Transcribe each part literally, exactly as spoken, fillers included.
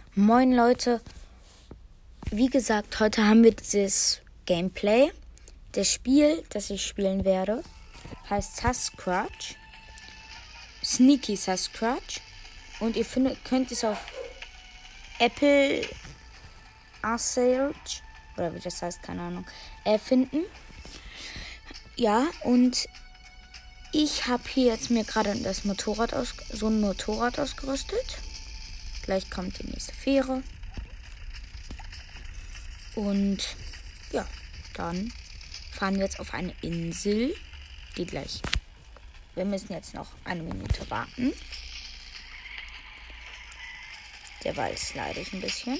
Moin Leute, wie gesagt, heute haben wir dieses Gameplay. Das Spiel, das ich spielen werde, heißt Sasquatch. Sneaky Sasquatch. Und ihr findet, könnt es auf Apple Search, oder wie das heißt, keine Ahnung, äh, finden. Ja, und ich habe hier jetzt mir gerade das Motorrad aus, so ein Motorrad ausgerüstet. Gleich kommt die nächste Fähre. Und ja, dann fahren wir jetzt auf eine Insel, die gleich. Wir müssen jetzt noch eine Minute warten. Derweil slide ich ein bisschen.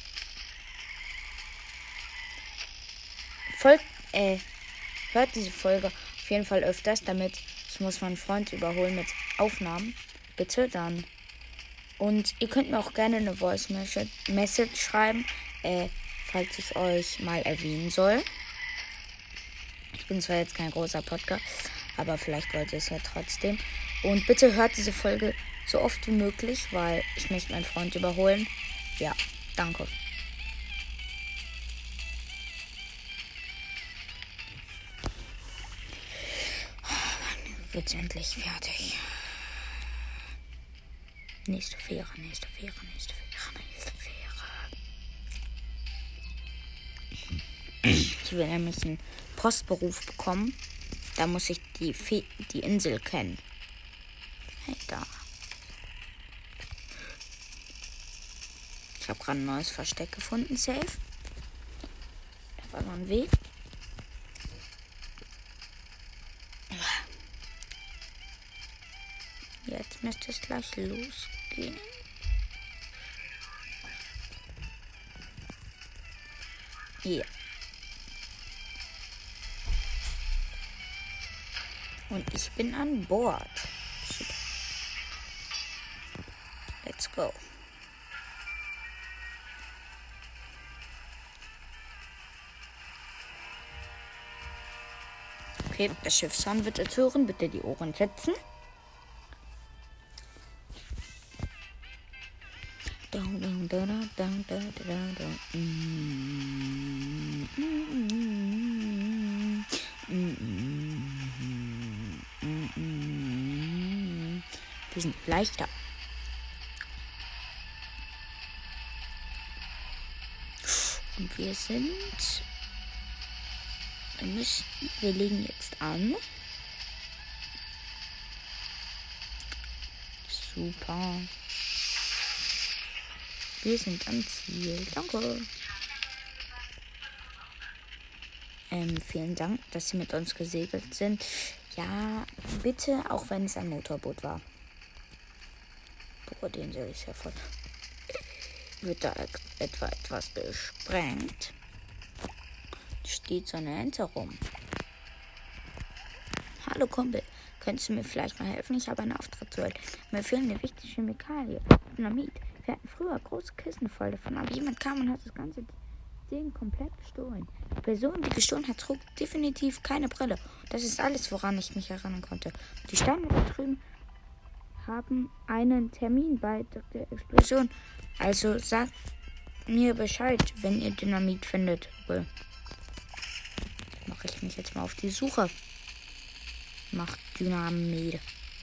Folgt, äh, hört diese Folge auf jeden Fall öfters, damit ich muss meinen Freund überholen mit Aufnahmen. Bitte dann. Und ihr könnt mir auch gerne eine Voice Message schreiben, äh, falls ich euch mal erwähnen soll. Ich bin zwar jetzt kein großer Podcast, aber vielleicht wollt ihr es ja trotzdem. Und bitte hört diese Folge so oft wie möglich, weil ich möchte meinen Freund überholen. Ja, danke. Wann wird's endlich fertig? Nächste Fähre, nächste Fähre, nächste Fähre, nächste Fähre. Ich will nämlich einen Postberuf bekommen. Da muss ich die, Fe- die Insel kennen. Hey, da. Ich habe gerade ein neues Versteck gefunden, safe. Da war noch ein Weg. Jetzt müsste es gleich losgehen. Ja. Und ich bin an Bord. Super. Let's go. Okay, das Schiffshorn wird es hören. Bitte die Ohren setzen. Wir sind leichter. Und wir sind... Wir müssen... Wir legen jetzt an. Super. Wir sind am Ziel. Danke. Ähm, vielen Dank, dass Sie mit uns gesegelt sind. Ja, bitte, auch wenn es ein Motorboot war. Boah, den sehe ich ja voll. Wird da etwa etwas gesprengt? Steht so eine Ente rum. Hallo Kumpel, könntest du mir vielleicht mal helfen? Ich habe einen Auftrag zu euch. Mir fehlen eine wichtige Chemikalie. Dynamit. Wir hatten früher große Kisten voll davon, aber jemand kam und hat das ganze Ding komplett gestohlen. Die Person, die gestohlen hat, trug definitiv keine Brille. Das ist alles, woran ich mich erinnern konnte. Die Steine da drüben haben einen Termin bei der Explosion. Also sagt mir Bescheid, wenn ihr Dynamit findet. Okay. Mache ich mich jetzt mal auf die Suche. Macht Dynamit.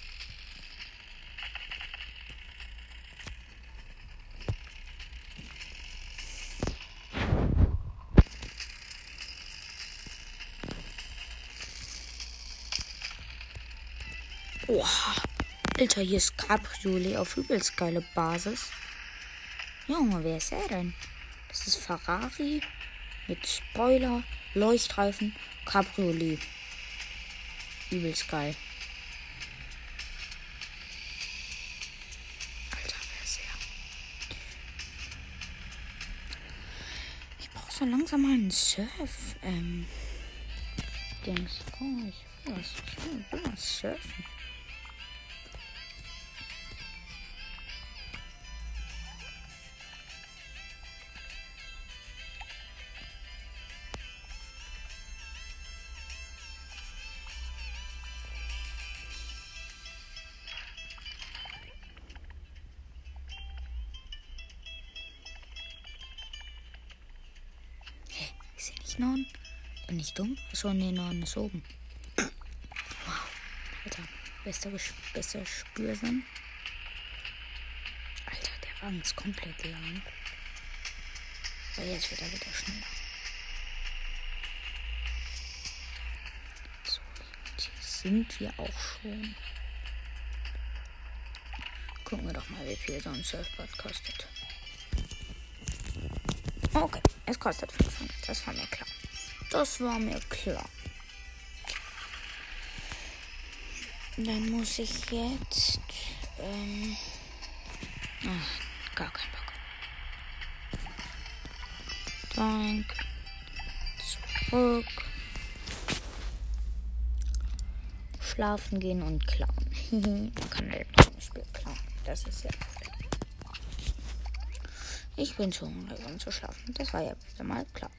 Oha. Alter, hier ist Cabriolet auf übelst geile Basis. Junge, wer ist er denn? Das ist Ferrari mit Spoiler, Leuchtreifen, Cabriolet. Übelst geil. Alter, wer ist er? Ich brauche so langsam mal einen Surf. Ähm. Dings. Oh, ich will was. Ich will was surfen. nicht Norden? Bin ich dumm? Achso, nee, Norden ist oben. Wow. Alter, bester, bester Spürsinn. Alter, der Wagen ist komplett lang. Aber jetzt wird er wieder schneller. So, und hier sind wir auch schon. Gucken wir doch mal, wie viel so ein Surfboard kostet. Okay, es kostet fünfhundert. Das war mir klar. Das war mir klar. Dann muss ich jetzt... Ähm, ach, gar keinen Bock. Dank. Zurück. Schlafen gehen und klauen. Man kann halt im Spiel klauen. Das ist ja... Ich bin zu hungrig, um zu schlafen. Das war ja wieder mal klar.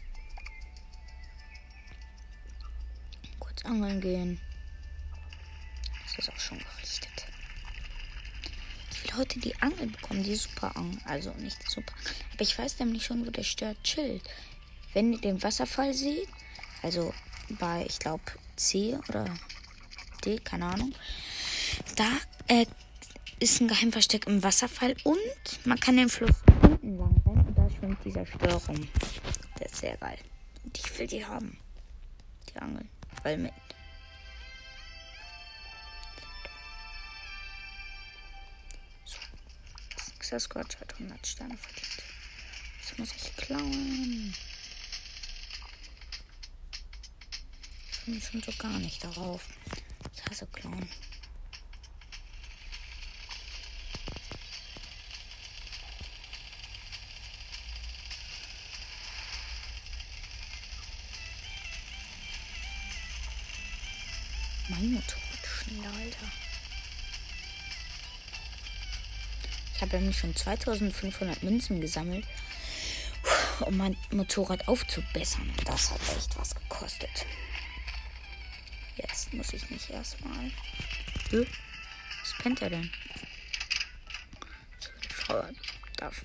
Kurz angeln gehen. Das ist auch schon gerichtet. Ich will heute die Angel bekommen, die super Angel. Also nicht die super. Aber ich weiß nämlich schon, wo der Stör chillt. Wenn ihr den Wasserfall seht, also bei, ich glaube, C oder D, keine Ahnung. Da äh, ist ein Geheimversteck im Wasserfall und man kann den Fluss unten lang rennen und da schwimmt dieser Stör rum. Der ist sehr geil. Und ich will die haben. Die Angel. Weil mit. So. Xer Squatch hat hundert Sterne verdient. Das muss ich klauen. Ich freue mich schon so gar nicht darauf. Ich hasse klauen. Mein Motorrad schneller, Alter. Ich habe nämlich schon zweitausendfünfhundert Münzen gesammelt, um mein Motorrad aufzubessern. Das hat echt was gekostet. Jetzt muss ich mich erstmal... Hä? Was pennt er denn? Die Frau darf...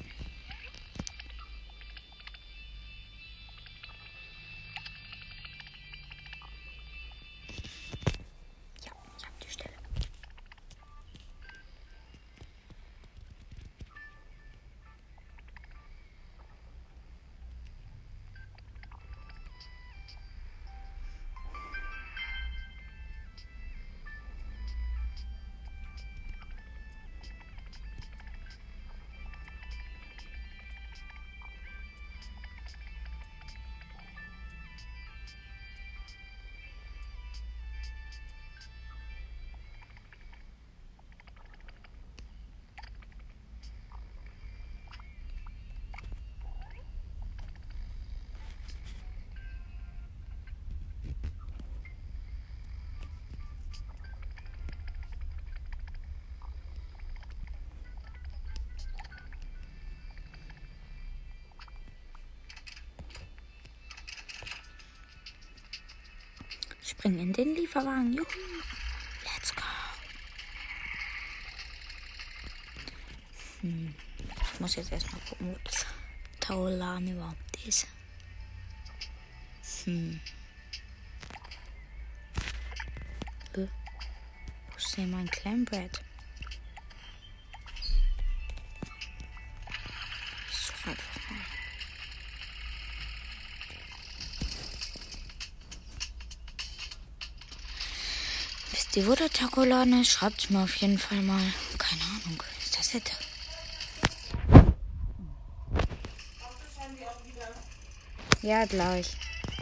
Spring in den Lieferwagen. Juhu. Let's go. Hm. Ich muss jetzt erstmal gucken, wo das Taulan überhaupt ist. Hm. Äh. Wo ist denn mein Clambrett? Ich suche einfach mal. Wisst ihr, wo der Tacoladen ist? Schreibt's mir auf jeden Fall mal. Keine Ahnung. Ist das jetzt? Ja, gleich.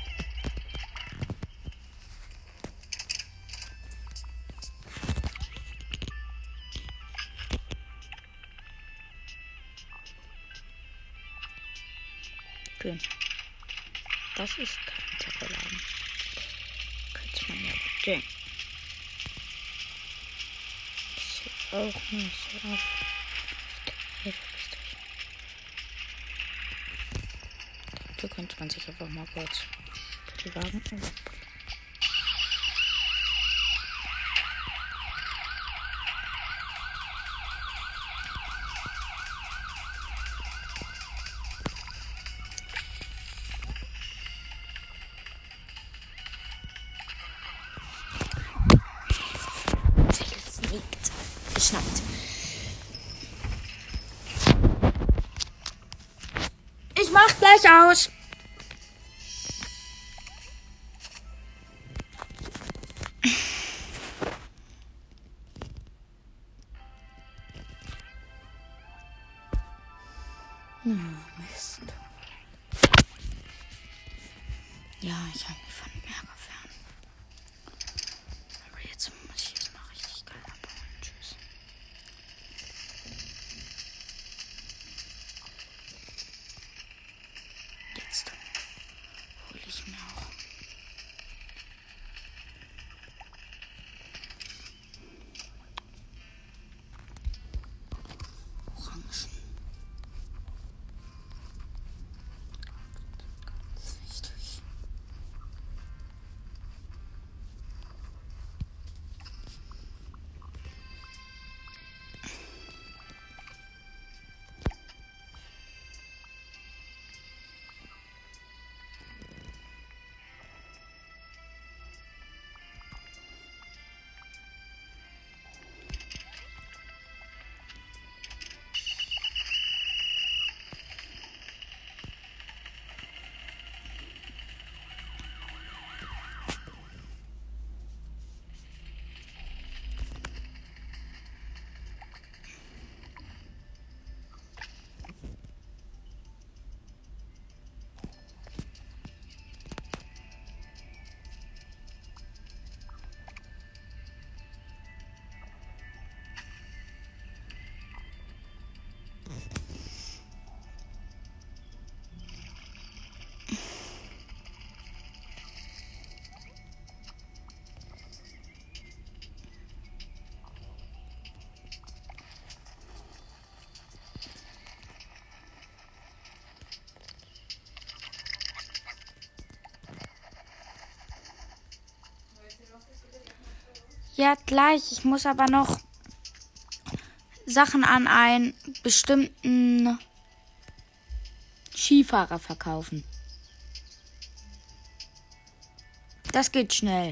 Schön. Das ist kein Tacoladen. Könnte man ja sehen. Auch nicht auf. Hier könnte man sich einfach mal kurz die Wagen überbringen. mach gleich aus. Hm, Mist. Ja, ich habe mich von dem Ärger fern. Aber jetzt muss ich jetzt mal richtig geil abbauen. Tschüss. Jetzt hole ich mir auch Orangen. Wichtig. Ja, gleich. Ich muss aber noch Sachen an einen bestimmten Skifahrer verkaufen. Das geht schnell.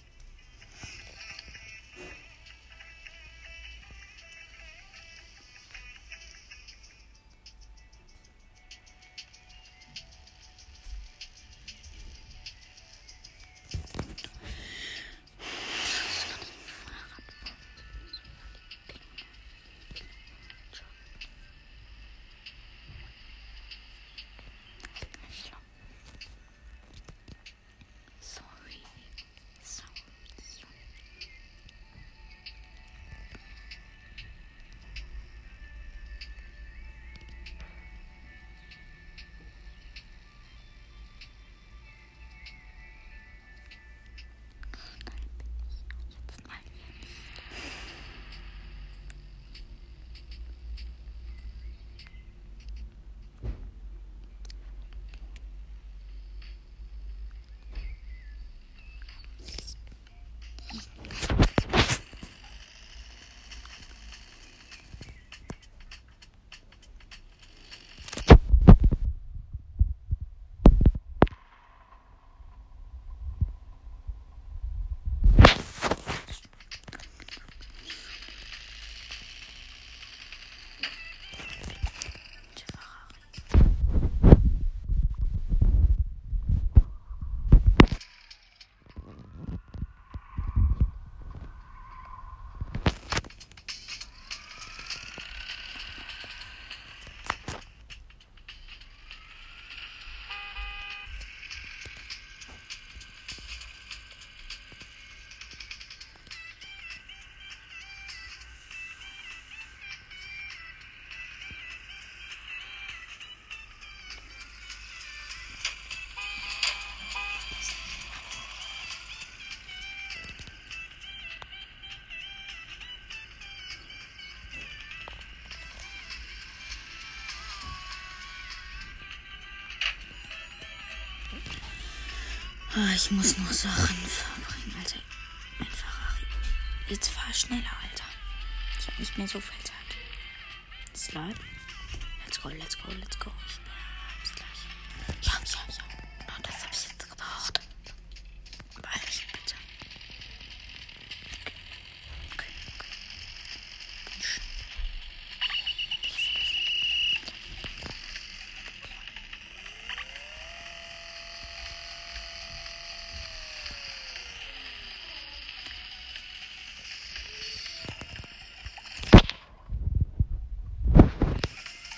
Oh, ich muss noch Sachen verbringen. Also, mein Ferrari. Jetzt fahr schneller, Alter. Ich habe nicht mehr so viel Zeit. Slide. Let's go, let's go, let's go. Ich bin bis gleich. Ja, ja, ja. Und das habe ich jetzt gebraucht. Ehrlich, bitte. Okay, okay, okay. Bin schön.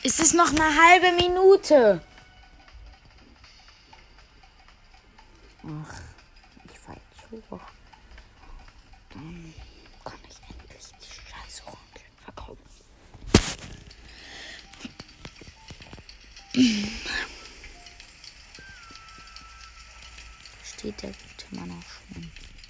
Es ist noch eine halbe Minute. Ach, ich fahr jetzt hoch. Dann kann ich endlich die scheiß Orange verkaufen. Steht der gute Mann auch schon.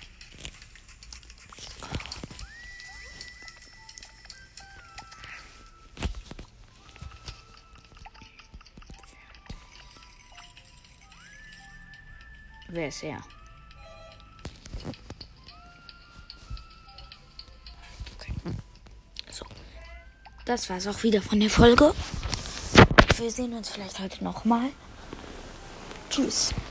Wer ist er? Okay. So. Das war's auch wieder von der Folge. Wir sehen uns vielleicht heute nochmal. Tschüss.